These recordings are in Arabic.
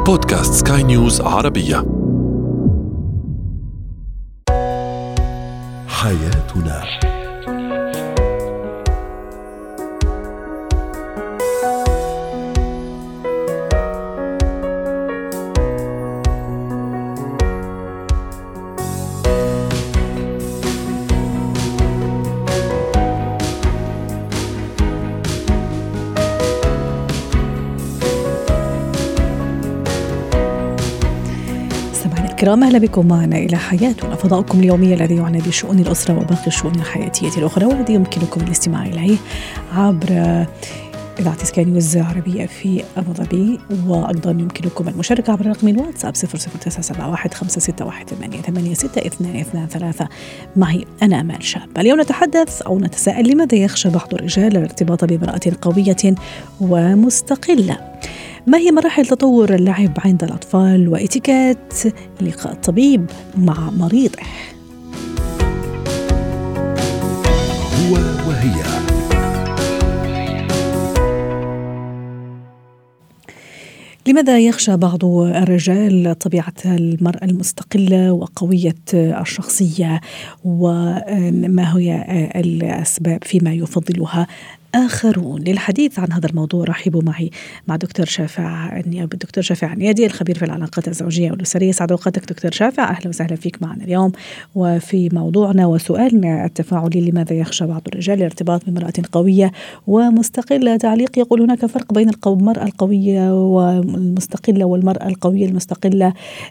بودكاست سكاي نيوز عربية. حياتنا. الكرام، أهلا بكم معنا إلى حياتنا، فضاؤكم اليومي الذي يعنى بشؤون الأسرة وباقي الشؤون الحياتية الأخرى، والذي يمكنكم الاستماع إليه عبر إذاعة سكاي نيوز عربية في أبو ظبي، وأيضا يمكنكم المشاركة عبر رقم الواتساب 00971561886223 معي أنا أمال شاب. اليوم نتحدث أو نتساءل لماذا يخشى بعض الرجال الارتباط بامرأة قوية ومستقلة؟ ما هي مراحل تطور اللعب عند الأطفال؟ وإتيكيت لقاء الطبيب مع مريضه. هو وهي. لماذا يخشى بعض الرجال طبيعة المرأة المستقلة وقوية الشخصية؟ وما هي الأسباب فيما يفضلها آخرون؟ للحديث عن هذا الموضوع رحبوا معي مع دكتور شافع عنيادي، الخبير في العلاقات الزوجية والأسرية. سعد أوقاتك دكتور شافع، أهلا وسهلا فيك معنا اليوم وفي موضوعنا وسؤالنا التفاعلي: لماذا يخشى بعض الرجال الارتباط بامرأة قوية ومستقلة؟ تعليق يقول: هناك فرق بين المرأة القوية والمستقلة والمرأة القوية المستقلة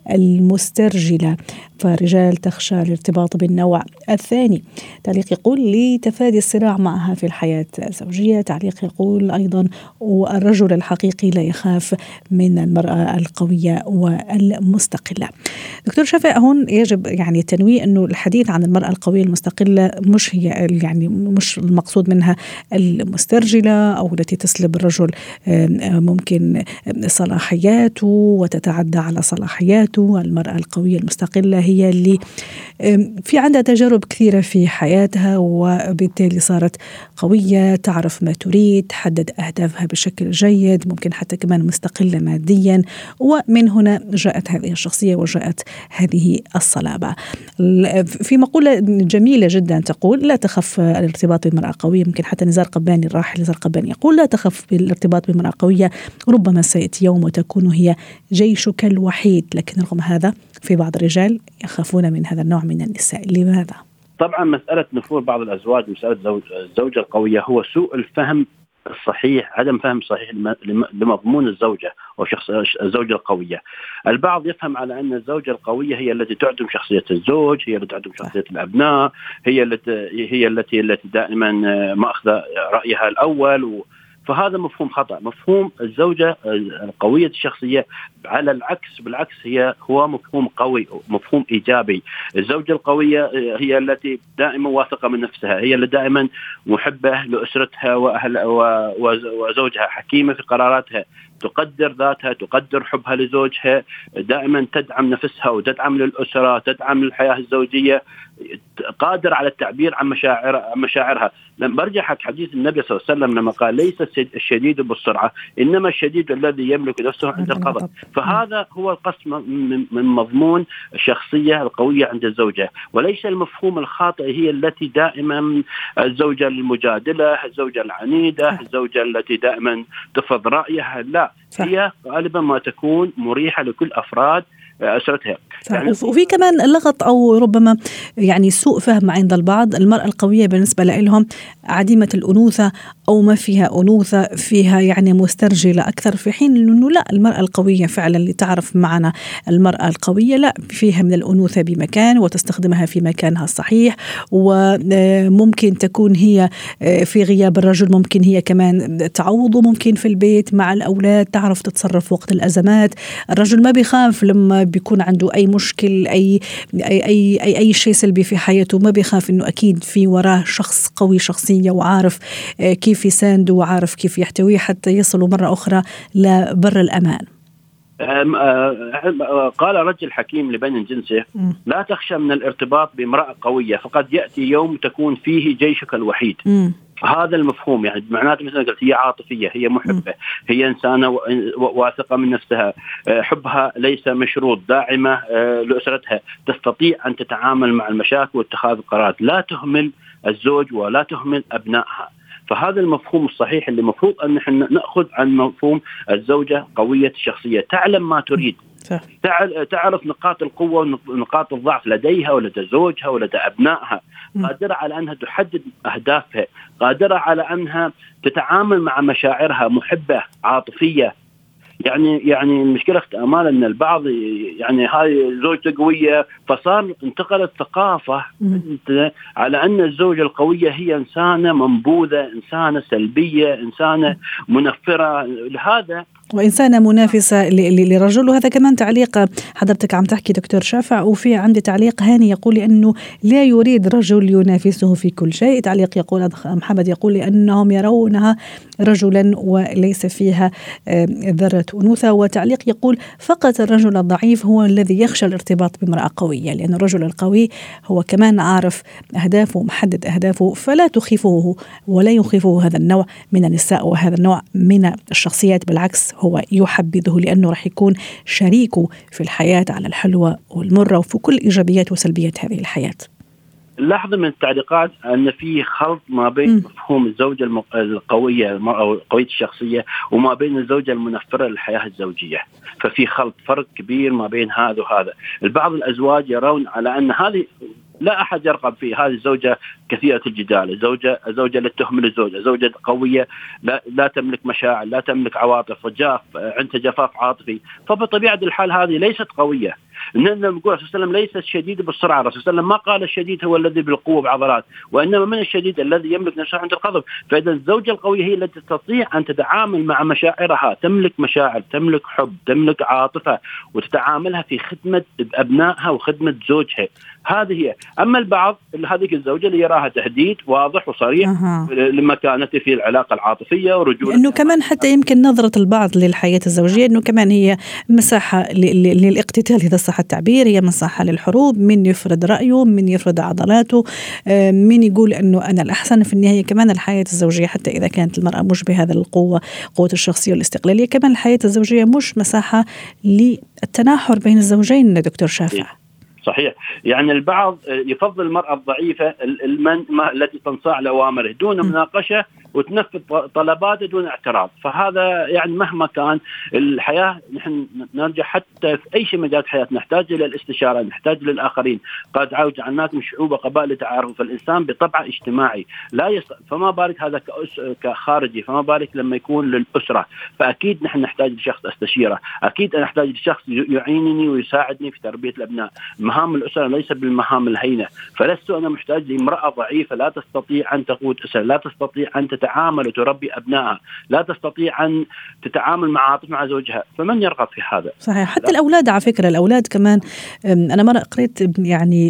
المسترجلة، فالرجال تخشى الارتباط بالنوع الثاني. تعليق يقول: لتفادي الصراع معها في الحياة الزوجية. تعليق يقول أيضا: والرجل الحقيقي لا يخاف من المرأة القوية والمستقلة. دكتور شافع، هون يجب يعني التنويه أنه الحديث عن المرأة القوية المستقلة مش هي يعني مش المقصود منها المسترجلة أو التي تسلب الرجل ممكن صلاحياته وتتعدى على صلاحياته. المرأة القوية المستقلة هي اللي في عندها تجارب كثيرة في حياتها، وبالتالي صارت قوية، تعرف ما تريد، تحدد أهدافها بشكل جيد، ممكن حتى كمان مستقلة ماديا، ومن هنا جاءت هذه الشخصية وجاءت هذه الصلابة. في مقولة جميلة جدا تقول: لا تخف الارتباط بامرأة قوية. ممكن حتى نزار قباني، الراحل نزار قباني، يقول: لا تخف بالارتباط بامرأة قوية، ربما سيأتي يوم وتكون هي جيشك الوحيد. لكن رغم هذا في بعض الرجال يخافون من هذا النوع من النساء. لماذا؟ طبعا مسألة نفور بعض الأزواج مسألة الزوجة القوية هو سوء الفهم الصحيح، عدم فهم صحيح لمضمون الزوجة أو شخص الزوجة القوية. البعض يفهم على أن الزوجة القوية هي التي تعدم شخصية الزوج، هي التي تعدم شخصية الأبناء، هي التي دائما مأخذ رأيها الأول. فهذا مفهوم خطأ. مفهوم الزوجة القوية الشخصية على العكس، بالعكس هو مفهوم قوي، مفهوم إيجابي. الزوجة القوية هي التي دائما واثقة من نفسها، هي اللي دائما محبة لأسرتها وزوجها، حكيمة في قراراتها، تقدر ذاتها، تقدر حبها لزوجها، دائما تدعم نفسها وتدعم للأسرة، تدعم الحياة الزوجية، قادر على التعبير عن مشاعرها. لما برجع حق حديث النبي صلى الله عليه وسلم لما قال: ليس الشديد بالسرعة، إنما الشديد الذي يملك نفسه عند الغضب. فهذا هو القسم من مضمون الشخصية القوية عند الزوجة، وليس المفهوم الخاطئ هي التي دائما الزوجة المجادلة، الزوجة العنيدة، الزوجة التي دائما تفرض رأيها. لا، هي غالبا ما تكون مريحة لكل أفراد أسرتها. يعني وفي كمان اللغط أو ربما يعني سوء فهم عند البعض. المرأة القوية بالنسبة لهم عديمة الأنوثة أو ما فيها أنوثة، فيها يعني مسترجلة أكثر، في حين أنه لا، المرأة القوية فعلا اللي تعرف معنا المرأة القوية لا، فيها من الأنوثة بمكان وتستخدمها في مكانها الصحيح، وممكن تكون هي في غياب الرجل ممكن هي كمان تعوضه، ممكن في البيت مع الأولاد تعرف تتصرف وقت الأزمات. الرجل ما بيخاف لما بيكون عنده أي مشكل، أي شيء سلبي في حياته، ما بيخاف إنه أكيد في وراه شخص قوي شخصية وعارف كيف يسانده وعارف كيف يحتويه حتى يصلوا مرة أخرى لبر الأمان. قال رجل حكيم لبني جنسه: لا تخشى من الارتباط بامرأة قوية، فقد يأتي يوم تكون فيه جيشك الوحيد. هذا المفهوم يعني معناته مثل قلت هي عاطفية، هي محبة، هي إنسانة واثقة من نفسها، حبها ليس مشروط، داعمة لأسرتها، تستطيع أن تتعامل مع المشاكل واتخاذ القرارات، لا تهمل الزوج ولا تهمل أبنائها. فهذا المفهوم الصحيح اللي المفروض أن نحن نأخذ عن مفهوم الزوجة قوية الشخصية، تعلم ما تريد، تعرف نقاط القوة ونقاط الضعف لديها ولدى زوجها ولدى أبنائها، قادرة على أنها تحدد أهدافها، قادرة على أنها تتعامل مع مشاعرها، محبة عاطفية. يعني المشكلة أخت آمال أن البعض يعني هاي زوجته قوية، فصار انتقلت ثقافة على أن الزوجة القوية هي إنسانة منبوذة، إنسانة سلبية، إنسانة منفرة لهذا، وإنسانة منافسة لرجل. وهذا كمان تعليق حضرتك عم تحكي دكتور شافع، وفي عندي تعليق هاني يقول أنه لا يريد رجل ينافسه في كل شيء. تعليق يقول محمد يقول لأنهم يرونها رجلا وليس فيها ذرة أنوثة. وتعليق يقول فقط الرجل الضعيف هو الذي يخشى الارتباط بامرأة قوية، لأن الرجل القوي هو كمان عارف أهدافه ومحدد أهدافه، فلا تخيفه ولا يخيفه هذا النوع من النساء وهذا النوع من الشخصيات، بالعكس هو يحبذه لأنه رح يكون شريكه في الحياة على الحلوة والمرة وفي كل إيجابيات وسلبيات هذه الحياة. لاحظ من التعليقات أن في خلط ما بين مفهوم الزوجة القوية أو قوية الشخصية وما بين الزوجة المنفرة للحياة الزوجية، ففي خلط فرق كبير ما بين هذا وهذا. البعض الأزواج يرون على أن هذه لا أحد يرغب في هذه الزوجة كثيرة الجدال، الزوجة لا تهمل الزوجة، زوجة قوية لا تملك مشاعر، لا تملك عواطف، وجاف عندها جفاف عاطفي، فبطبيعة الحال هذه ليست قوية. إننا نقول الرسول صلى الله عليه وسلم ليس الشديد بالسرعة، الرسول صلى الله عليه وسلم ما قال الشديد هو الذي بالقوة بعضلات، وإنما من الشديد الذي يملك نفسه عند الغضب. فإذا الزوجة القوية هي التي تستطيع أن تتعامل مع مشاعرها، تملك مشاعر، تملك حب، تملك عاطفة، وتتعاملها في خدمة أبنائها وخدمة زوجها. هذه هي. أما البعض هذه الزوجة اللي يراها تهديد واضح وصريح لمكانته في العلاقة العاطفية ورجولة، إنه كمان حتى يمكن نظرة البعض للحياة الزوجية إنه كمان هي مساحة للاقتتال، إذا صح التعبير، هي مساحة للحروب، من يفرض رأيه، من يفرض عضلاته، من يقول إنه أنا الأحسن. في النهاية كمان الحياة الزوجية حتى إذا كانت المرأة مش بهذا القوة، قوة الشخصية والاستقلالية، كمان الحياة الزوجية مش مساحة للتناحر بين الزوجين. دكتور شافع صحيح، يعني البعض يفضل المرأة الضعيفة التي تنصاع لأوامره دون مناقشة وتنفذ طلباته دون اعتراض. فهذا يعني مهما كان الحياة، نحن نرجع حتى في أي شيء مجال حياة نحتاج إلى الاستشارة، نحتاج للآخرين. قد جعلناكم شعوب وقبائل لتعارفوا، فالإنسان بطبعه اجتماعي لا فما بالك هذا كخارجي، فما بالك لما يكون للأسرة. فأكيد نحن نحتاج لشخص استشيره، أكيد أنا أحتاج لشخص يعينني ويساعدني في تربية الأبناء. مهام الأسرة ليس بالمهام الهينة، فلست أنا محتاج لامرأة ضعيفة لا تستطيع أن تقود أسرة، لا تستطيع أن تتعامل وتربي أبنائها، لا تستطيع أن تتعامل مع عاطفة مع زوجها. فمن يرغب في هذا؟ صحيح. حتى الأولاد على فكرة، الأولاد كمان. أنا مرة قريت يعني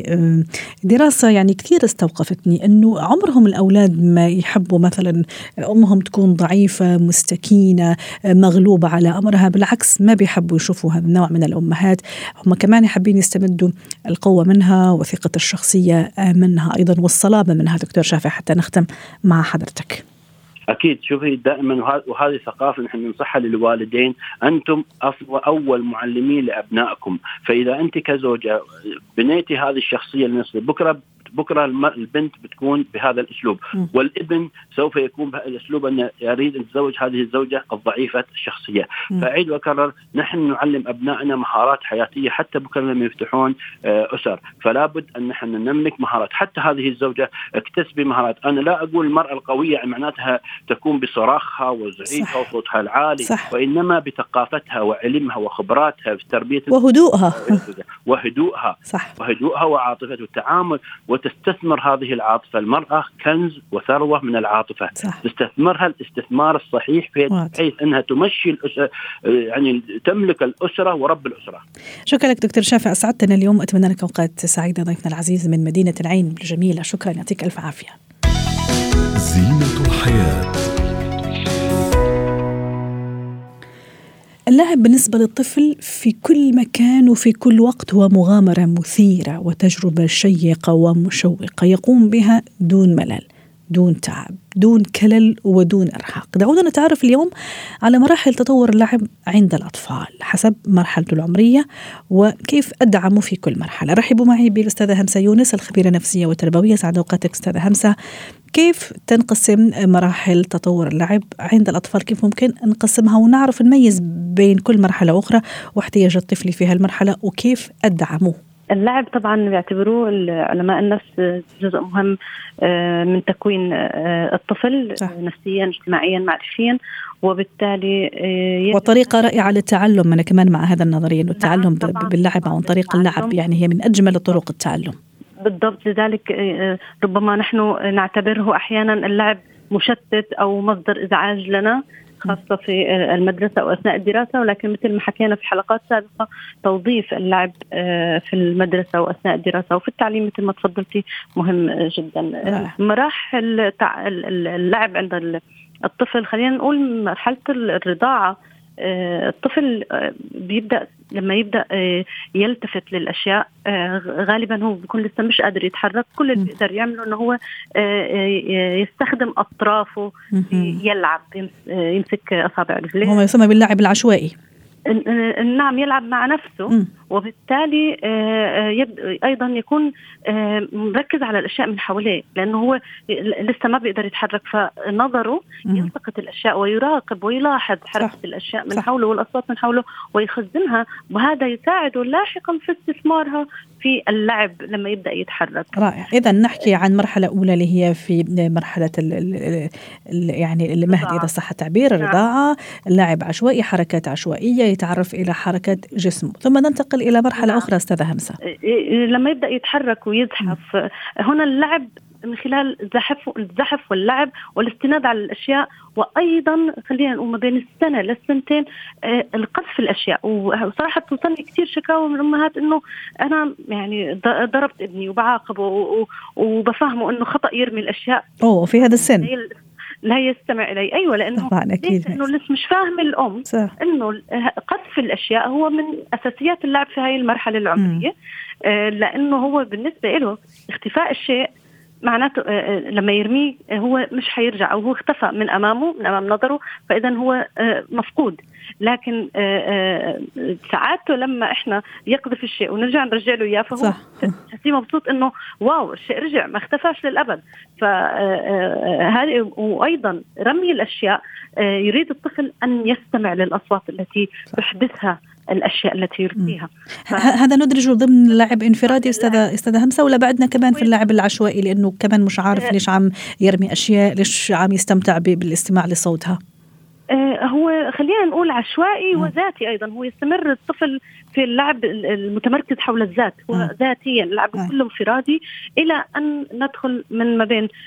دراسة يعني كثير استوقفتني، أنه عمرهم الأولاد ما يحبوا مثلا أمهم تكون ضعيفة مستكينة مغلوبة على أمرها، بالعكس ما بيحبوا يشوفوا هذا النوع من الأمهات. هم كمان يحبين يستمدوا القوة منها وثقة الشخصية منها أيضا والصلابة منها. دكتور شافع حتى نختم مع حضرتك. أكيد، شوفي دائما وهذه ثقافة نحن ننصحها للوالدين، أنتم أول معلمين لأبنائكم. فإذا أنت كزوجة بنيتي هذه الشخصية لنفسك، بكرة البنت بتكون بهذا الأسلوب، والابن سوف يكون بهذا الأسلوب، أن يريد أن يتزوج هذه الزوجة الضعيفة الشخصية. فأعيد وأكرر، نحن نعلم أبنائنا مهارات حياتية حتى بكرة لما يفتحون أسر، فلا بد أن نحن نملك مهارات. حتى هذه الزوجة اكتسبي مهارات. أنا لا أقول المرأة القوية معناتها تكون بصراخها وزعيقها وصوتها العالي، وإنما بثقافتها وعلمها وخبراتها في تربية وهدوءها وعاطفتها والتعامل، وتستثمر هذه العاطفة. المرأة كنز وثروة من العاطفة، تستثمرها الاستثمار الصحيح بحيث أنها تمشي الأسرة، يعني تملك الأسرة ورب الأسرة. شكرا لك دكتور شافع، أسعدتنا اليوم، أتمنى لك أوقات سعيدة. ضيفنا العزيز من مدينة العين الجميلة، شكرا، يعطيك ألف عافية. زينة الحياة. اللعب بالنسبة للطفل في كل مكان وفي كل وقت هو مغامرة مثيرة وتجربة شيقة ومشوقة يقوم بها دون ملل. دون تعب، دون كلل ودون إرهاق. دعونا نتعرف اليوم على مراحل تطور اللعب عند الأطفال حسب مرحلته العمرية وكيف أدعموا في كل مرحلة. رحبوا معي بالأستاذة همسة يونس، الخبيرة النفسية والتربوية. سعد أوقاتك أستاذة همسة. كيف تنقسم مراحل تطور اللعب عند الأطفال؟ كيف ممكن نقسمها ونعرف نميز بين كل مرحلة أخرى واحتياج الطفل في هالمرحلة وكيف أدعموه؟ اللعب طبعا بيعتبروه علماء النفس جزء مهم من تكوين الطفل، صح. نفسيا، اجتماعيا، معرفيا، وبالتالي وطريقة رائعة للتعلم. أنا كمان مع هذا النظرية أنه التعلم باللعب عن طريق اللعب يعني هي من أجمل طرق التعلم. بالضبط. لذلك ربما نحن نعتبره أحيانا اللعب مشتت أو مصدر إزعاج لنا، خاصة في المدرسة أو أثناء الدراسة، ولكن مثل ما حكينا في حلقات سابقة توظيف اللعب في المدرسة وأثناء الدراسة وفي التعليم مثل ما تفضلتي مهم جدا. مراحل اللعب عند الطفل، خلينا نقول مرحلة الرضاعة. الطفل بيبدأ لما يبدأ يلتفت للأشياء، غالبا هو بيكون لسه مش قادر يتحرك. كل اللي بيقدر يعمله أنه هو يستخدم أطرافه، يلعب، يمسك أصابع رجليه. هو يسمى باللعب العشوائي. نعم، يلعب مع نفسه. وبالتالي أيضا يكون مركز على الأشياء من حواليه، لأنه هو لسه ما بيقدر يتحرك، فنظره يلتقط الأشياء ويراقب ويلاحظ حركة الأشياء من حوله والأصوات من حوله ويخزنها، وهذا يساعده لاحقا في استثمارها في اللعب لما يبدأ يتحرك. رائع. إذا نحكي عن مرحلة أولى اللي هي في مرحلة يعني المهد إذا صح التعبير، الرضاعة. اللعب عشوائي، حركات عشوائية، يتعرف إلى حركة جسمه. ثم ننتقل إلى مرحلة أخرى أستاذة همسة، لما يبدأ يتحرك ويزحف. هنا اللعب من خلال الزحف واللعب والاستناد على الأشياء، وأيضا خلينا نقول ما بين السنة للسنتين القذف الأشياء. وصراحة توصلني كثير شكاوى من الأمهات إنه أنا يعني ضربت ابني وبعاقبه وبفهمه إنه خطأ يرمي الأشياء في هذا السن لا يستمع إلي. أيوة، لأنه إنه لسه مش فاهم الأم إنه قذف الأشياء هو من أساسيات اللعب في هاي المرحلة العمرية. لأنه هو بالنسبة له اختفاء الشيء معناته لما يرميه هو مش حيرجع، أو هو اختفى من أمام نظره، فإذا هو مفقود. لكن ساعاته لما إحنا يقذف الشيء ونرجع نرجع له إياه، فهو حسي مبسوط إنه واو الشيء رجع، ما اختفاش للأبد. فهذه وأيضا رمي الأشياء، يريد الطفل أن يستمع للأصوات التي تحدثها الأشياء التي يرميها. هذا ندرجه ضمن لعب انفرادي أستاذة همسة، ولا بعدنا كمان في اللعب العشوائي لأنه كمان مش عارف ليش عم يرمي أشياء، ليش عم يستمتع بالاستماع لصوتها؟ هو خلينا نقول عشوائي وذاتي أيضا. هو يستمر الطفل في اللعب المتمركز حول الذات، هو ذاتيا اللعب كله انفرادي، إلى أن ندخل من ما بين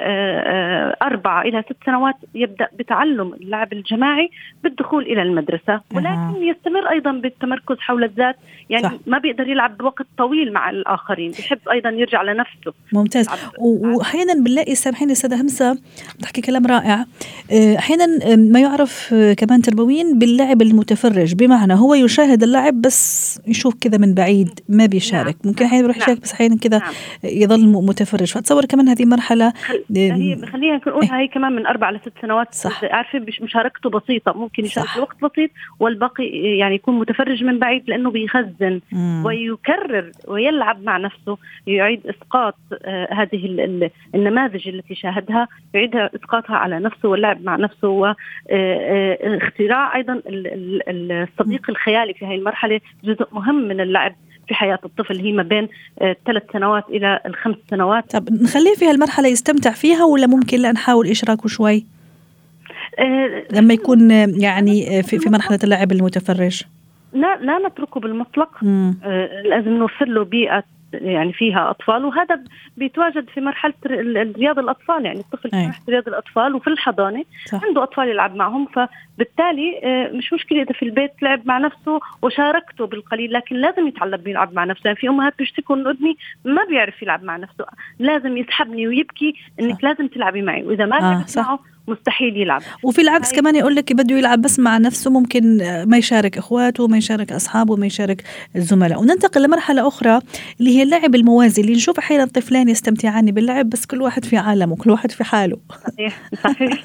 4 إلى 6 سنوات يبدأ بتعلم اللعب الجماعي بالدخول إلى المدرسة. ولكن يستمر أيضا بالتمركز حول الذات، يعني ما بيقدر يلعب بوقت طويل مع الآخرين، بيحب أيضا يرجع لنفسه. ممتاز. وأحيانا بنلاقي، سامحيني أستاذة همسة تحكي كلام رائع، أحيانا ما يعرف كمان تربويين باللعب المتفرج، بمعنى هو يشاهد اللعب بس يشوف كذا من بعيد، ما بيشارك. ممكن أحيانا يروح يشارك بس أحيانا كذا يظل متفرج. فتصور كمان هذه مرحلة خلينا نقول هاي كمان من 4 ل 6 سنوات. عارفة مشاركته بسيطة، ممكن يشارك وقت بسيط والباقي يعني يكون متفرج من بعيد، لأنه بيخزن ويكرر ويلعب مع نفسه، يعيد إسقاط هذه النماذج التي شاهدها، يعيدها إسقاطها على نفسه واللعب مع نفسه، واختراع أيضا الصديق الخيالي في هذه المرحلة جزء مهم من اللعب في حياة الطفل. هي ما بين 3 سنوات إلى 5 سنوات. طب نخليه في هالمرحلة يستمتع فيها، ولا ممكن لا نحاول إشراكه شوي لما يكون يعني في مرحلة اللعب المتفرج؟ لا نتركه بالمطلق. لازم نوفر له بيئة يعني فيها أطفال، وهذا بيتواجد في مرحلة رياض الأطفال. يعني الطفل في مرحلة رياض الأطفال وفي الحضانة عنده أطفال يلعب معهم، فبالتالي مش مشكلة إذا في البيت لعب مع نفسه وشاركته بالقليل، لكن لازم يتعلم يلعب مع نفسه. يعني في أمهات بيشتكوا إنه ابني ما بيعرف يلعب مع نفسه، لازم يسحبني ويبكي إنك لازم تلعبي معي، وإذا ما لعبت معه مستحيل يلعب. وفي العكس كمان يقول لك بده يلعب بس مع نفسه، ممكن ما يشارك اخواته، ما يشارك اصحابه، ما يشارك الزملاء. وننتقل لمرحله اخرى اللي هي اللعب الموازي، اللي نشوف احيانا طفلين يستمتعان باللعب بس كل واحد في عالمه، كل واحد في حاله. صحيح.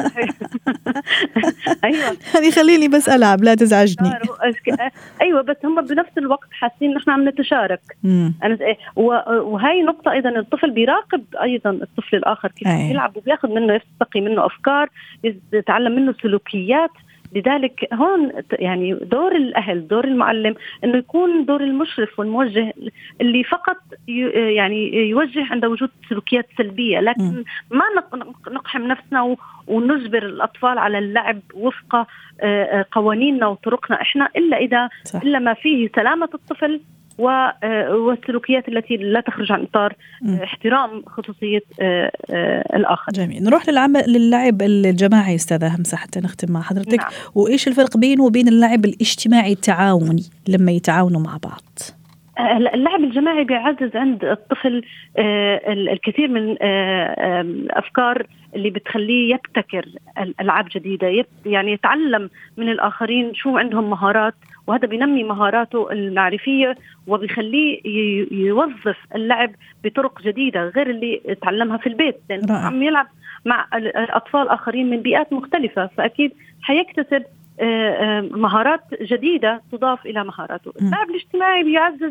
ايوه يعني خليني بس العب، لا تزعجني. ايوه بس هم بنفس الوقت حاسين ان احنا عم نتشارك. وهي نقطه ايضا، الطفل بيراقب ايضا الطفل الاخر كيف يلعب، وبياخذ منه، يستقي منه افكار، يتعلم منه سلوكيات. لذلك هون يعني دور الأهل، دور المعلم، إنه يكون دور المشرف والموجه اللي فقط يعني يوجه عند وجود سلوكيات سلبية، لكن ما نقحم نفسنا ونجبر الأطفال على اللعب وفق قوانيننا وطرقنا إحنا، إلا ما فيه سلامة الطفل والسلوكيات التي لا تخرج عن إطار احترام خصوصية الآخر. جميل. نروح للعب الجماعي أستاذة همسة حتى نختم مع حضرتك. نعم. وإيش الفرق بينه وبين اللعب الاجتماعي التعاوني لما يتعاونوا مع بعض؟ اللعب الجماعي بيعزز عند الطفل الكثير من أفكار اللي بتخليه يبتكر ألعاب جديدة، يعني يتعلم من الآخرين شو عندهم مهارات، وهذا بينمي مهاراته المعرفية وبيخليه يوظف اللعب بطرق جديدة غير اللي تعلمها في البيت، لأنه عم يلعب مع أطفال آخرين من بيئات مختلفة، فأكيد حيكتسب مهارات جديدة تضاف إلى مهاراته. اللعب الاجتماعي بيعزز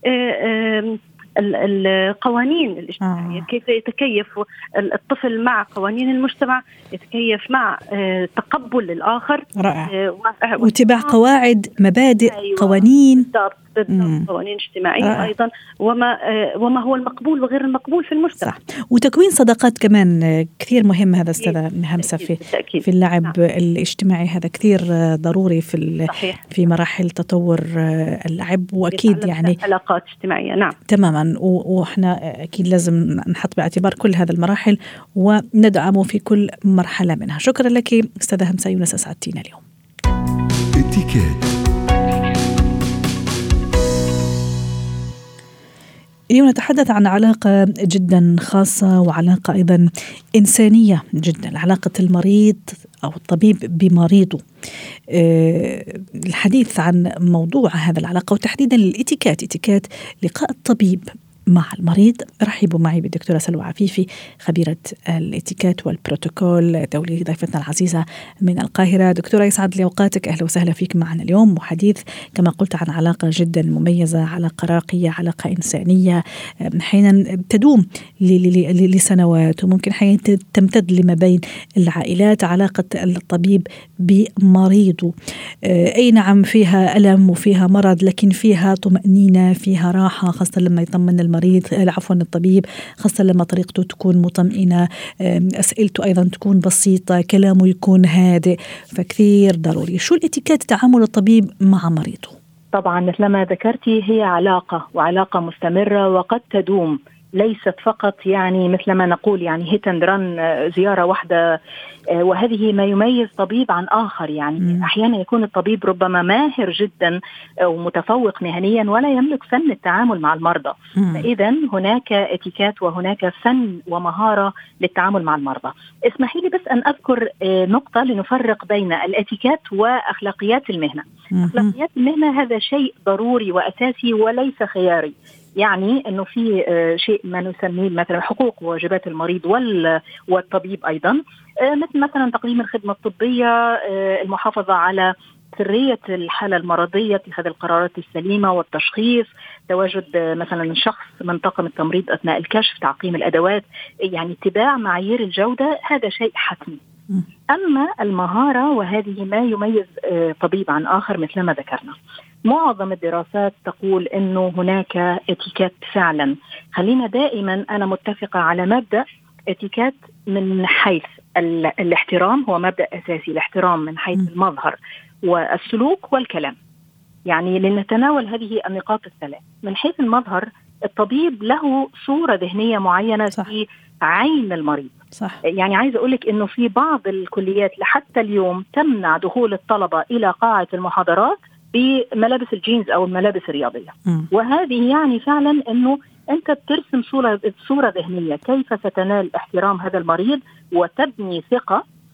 القوانين الاجتماعية، كيف يتكيف الطفل مع قوانين المجتمع، يتكيف مع تقبل للآخر. رائع. واتباع قواعد، مبادئ. أيوة. قوانين قوانين اجتماعية أيضا، وما هو المقبول وغير المقبول في المجتمع. صح. وتكوين صداقات كمان كثير مهم، هذا أستاذة همسة في اللعب الاجتماعي، هذا كثير ضروري في مراحل تطور اللعب، وأكيد يعني علاقات اجتماعية. نعم تماما. وإحنا أكيد لازم نحط باعتبار كل هذا المراحل وندعمه في كل مرحلة منها. شكرا لك أستاذة همسة يونس، أسعدتينا اليوم. اليوم نتحدث عن علاقة جدا خاصة وعلاقة أيضا إنسانية جدا، علاقة المريض أو الطبيب بمريضه. الحديث عن موضوع هذا العلاقة وتحديدا الاتيكات لقاء الطبيب مع المريض. رحبوا معي بالدكتورة سلوى عفيفي، خبيرة الاتيكات والبروتوكول، دولي ضيفتنا العزيزة من القاهرة. دكتورة يسعد لي أوقاتك، أهلا وسهلا فيك معنا اليوم، وحديث كما قلت عن علاقة جدا مميزة، علاقة راقية، علاقة إنسانية أحيانا تدوم لسنوات، وممكن حين تمتد لما بين العائلات. علاقة الطبيب بمريضه أي نعم فيها ألم وفيها مرض، لكن فيها طمأنينة، فيها راحة، خاصة لما يطمن المريض، عفوا الطبيب، خاصة لما طريقته تكون مطمئنة، أسئلته أيضا تكون بسيطة، كلامه يكون هادئ، فكثير ضروري. شو الاتيكيت تعامل الطبيب مع مريضه؟ طبعا مثل ما ذكرتي هي علاقة مستمرة وقد تدوم، ليست فقط يعني مثل ما نقول يعني هيت اند رن، زيارة واحدة، وهذه ما يميز طبيب عن آخر. يعني أحيانا يكون الطبيب ربما ماهر جدا ومتفوق مهنيا ولا يملك فن التعامل مع المرضى، فإذا هناك اتيكات وهناك فن ومهارة للتعامل مع المرضى. اسمحي لي بس أن أذكر نقطة لنفرق بين الاتيكات وأخلاقيات المهنة. أخلاقيات المهنة هذا شيء ضروري وأساسي وليس خياري، يعني أنه في شيء ما نسميه مثلا حقوق وواجبات المريض والطبيب أيضا، مثلا تقديم الخدمة الطبية، المحافظة على سرية الحالة المرضية، اتخاذ القرارات السليمة والتشخيص، تواجد مثلا شخص من طاقم التمريض أثناء الكشف، تعقيم الأدوات، يعني اتباع معايير الجودة، هذا شيء حتمي. أما المهارة وهذه ما يميز طبيب عن آخر مثل ما ذكرنا. معظم الدراسات تقول أنه هناك اتيكات فعلا. خلينا دائما أنا متفقة على مبدأ اتيكات من حيث الاحترام، هو مبدأ أساسي، الاحترام من حيث المظهر والسلوك والكلام، يعني لنتناول هذه النقاط الثلاث. من حيث المظهر الطبيب له صورة ذهنية معينة في عين المريض. صح. يعني عايز أقولك أنه في بعض الكليات لحتى اليوم تمنع دخول الطلبة إلى قاعة المحاضرات بملابس الجينز أو الملابس الرياضية. وهذه يعني فعلا أنه أنت بترسم صورة ذهنية كيف ستنال احترام هذا المريض وتبني ثقة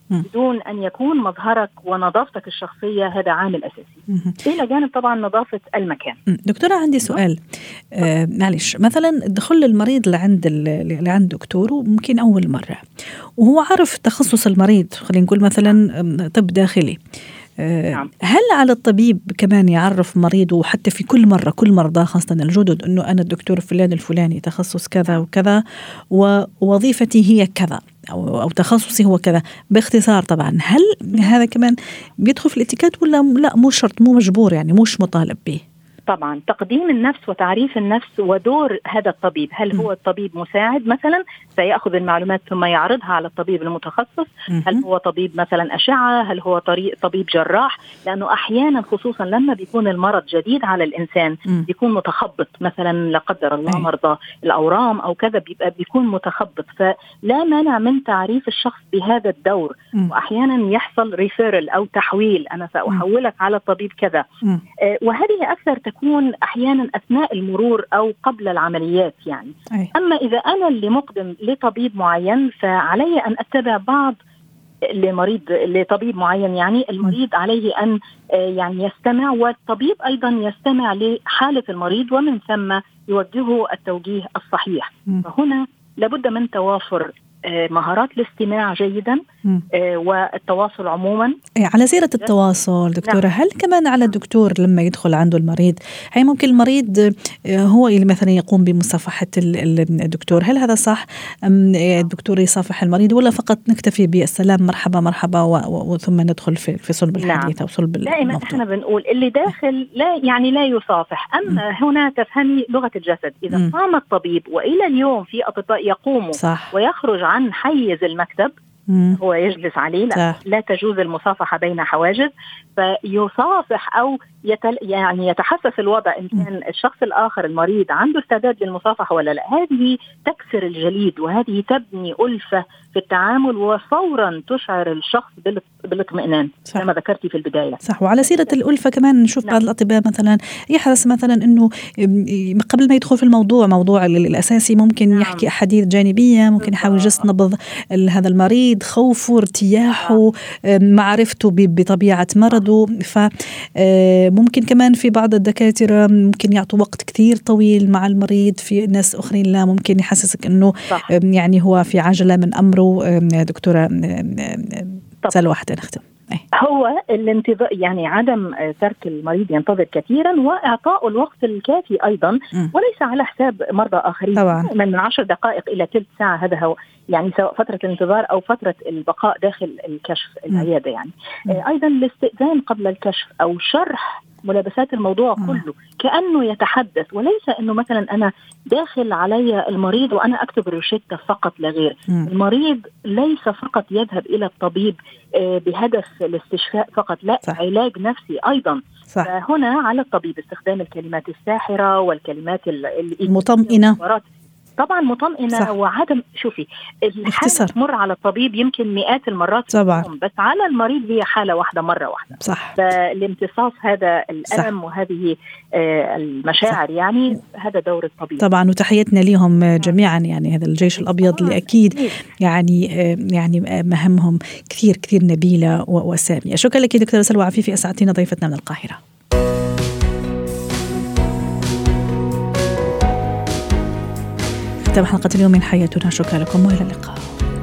بدون أن يكون مظهرك ونظافتك الشخصية هذا عامل أساسي، إلى جانب طبعا نظافة المكان. دكتورة عندي سؤال، معلش، مثلا دخل المريض لعند دكتور وممكن أول مرة وهو عارف تخصص المريض، خلينا نقول مثلا طب داخلي، هل على الطبيب كمان يعرف مريضه حتى في كل مرضى خاصة الجدد أنه أنا الدكتور فلان الفلاني تخصص كذا وكذا ووظيفتي هي كذا أو تخصصي هو كذا باختصار؟ طبعا هل هذا كمان بيدخل في الاتيكيت ولا لا؟ مو شرط، مو مجبور، يعني مش مطالب به؟ طبعا تقديم النفس وتعريف النفس ودور هذا الطبيب، هل هو الطبيب مساعد مثلا سيأخذ المعلومات ثم يعرضها على الطبيب المتخصص، هل هو طبيب مثلا أشعة، هل هو طبيب جراح، لأنه أحيانا خصوصا لما بيكون المرض جديد على الإنسان بيكون متخبط، مثلا لا قدر الله مرضى الأورام أو كذا بيكون متخبط، فلا مانع من تعريف الشخص بهذا الدور. وأحيانا يحصل ريفيرل أو تحويل، أنا سأحولك على الطبيب كذا، وهذه أكثر تكون أحيانا أثناء المرور أو قبل العمليات يعني. أما إذا أنا اللي مقدم لطبيب معين فعلي أن أتبع بعض لطبيب معين، يعني المريض عليه أن يعني يستمع، والطبيب أيضا يستمع لحالة المريض ومن ثم يوجهه التوجيه الصحيح. فهنا لابد من توافر مهارات الاستماع جيدا والتواصل عموما. على سيرة التواصل دكتورة، هل كمان على الدكتور لما يدخل عنده المريض، هي ممكن المريض هو اللي مثلا يقوم بمصافحة الدكتور، هل هذا صح؟ الدكتور يصافح المريض ولا فقط نكتفي بالسلام مرحبا مرحبا وثم ندخل في صلب الحديث أو صلب الموضوع؟ دائما احنا بنقول اللي داخل لا يصافح، أما هنا تفهمي لغة الجسد. إذا قام الطبيب وإلى اليوم في أطباء يقوموا ويخرج عن حيز المكتب، هو يجلس عليه، لا تجوز المصافحة بين حواجز، فيصافح أو يعني يتحسس الوضع إن كان الشخص الآخر المريض عنده استعداد للمصافحة ولا لا. هذه تكسر الجليد وهذه تبني ألفة في التعامل وفورا تشعر الشخص بالاطمئنان كما ذكرتي في البداية. صح. وعلى سيرة الألفة كمان نشوف بعض الأطباء مثلا يحرص مثلا أنه قبل ما يدخل في الموضوع الأساسي ممكن يحكي أحاديث جانبية، ممكن يحاول يجس نبض هذا المريض، خوفه، ارتياحه، معرفته بطبيعة مرضه. فممكن كمان في بعض الدكاترة ممكن يعطوا وقت كثير طويل مع المريض، في ناس أخرين لا، ممكن يحسسك أنه يعني هو في عجلة من أمره. دكتورة سأل واحدة نختم. هو الانتظار، يعني عدم ترك المريض ينتظر كثيرا وإعطاء الوقت الكافي أيضا، وليس على حساب مرضى آخرين طبعا. من 10 دقائق إلى ثلث ساعة، هذا هو يعني سواء فترة الانتظار أو فترة البقاء داخل الكشف العيادة يعني. أيضا الاستئذان قبل الكشف أو شرح ملابسات الموضوع كله كأنه يتحدث، وليس أنه مثلا أنا داخل علي المريض وأنا أكتب روشتة فقط لا غير. المريض ليس فقط يذهب إلى الطبيب بهدف الاستشفاء فقط، لا، علاج نفسي أيضا. فهنا على الطبيب استخدام الكلمات الساحرة والكلمات المطمئنة، طبعا مطمئنة، وعدم شوفي الحالة تمر على الطبيب يمكن مئات المرات طبعا، بس على المريض هي حالة واحدة مرة واحدة. صح. فالامتصاص هذا الألم وهذه المشاعر يعني هذا دور الطبيب طبعا. وتحياتنا لهم جميعا، يعني هذا الجيش الأبيض اللي أكيد يعني مهمهم كثير كثير نبيلة وسامية. شكرا لك دكتورة سلوى عفيفي، أسعدتينا ضيفتنا من القاهرة. ختام حلقة اليوم من حياتنا، شكرا لكم وإلى اللقاء.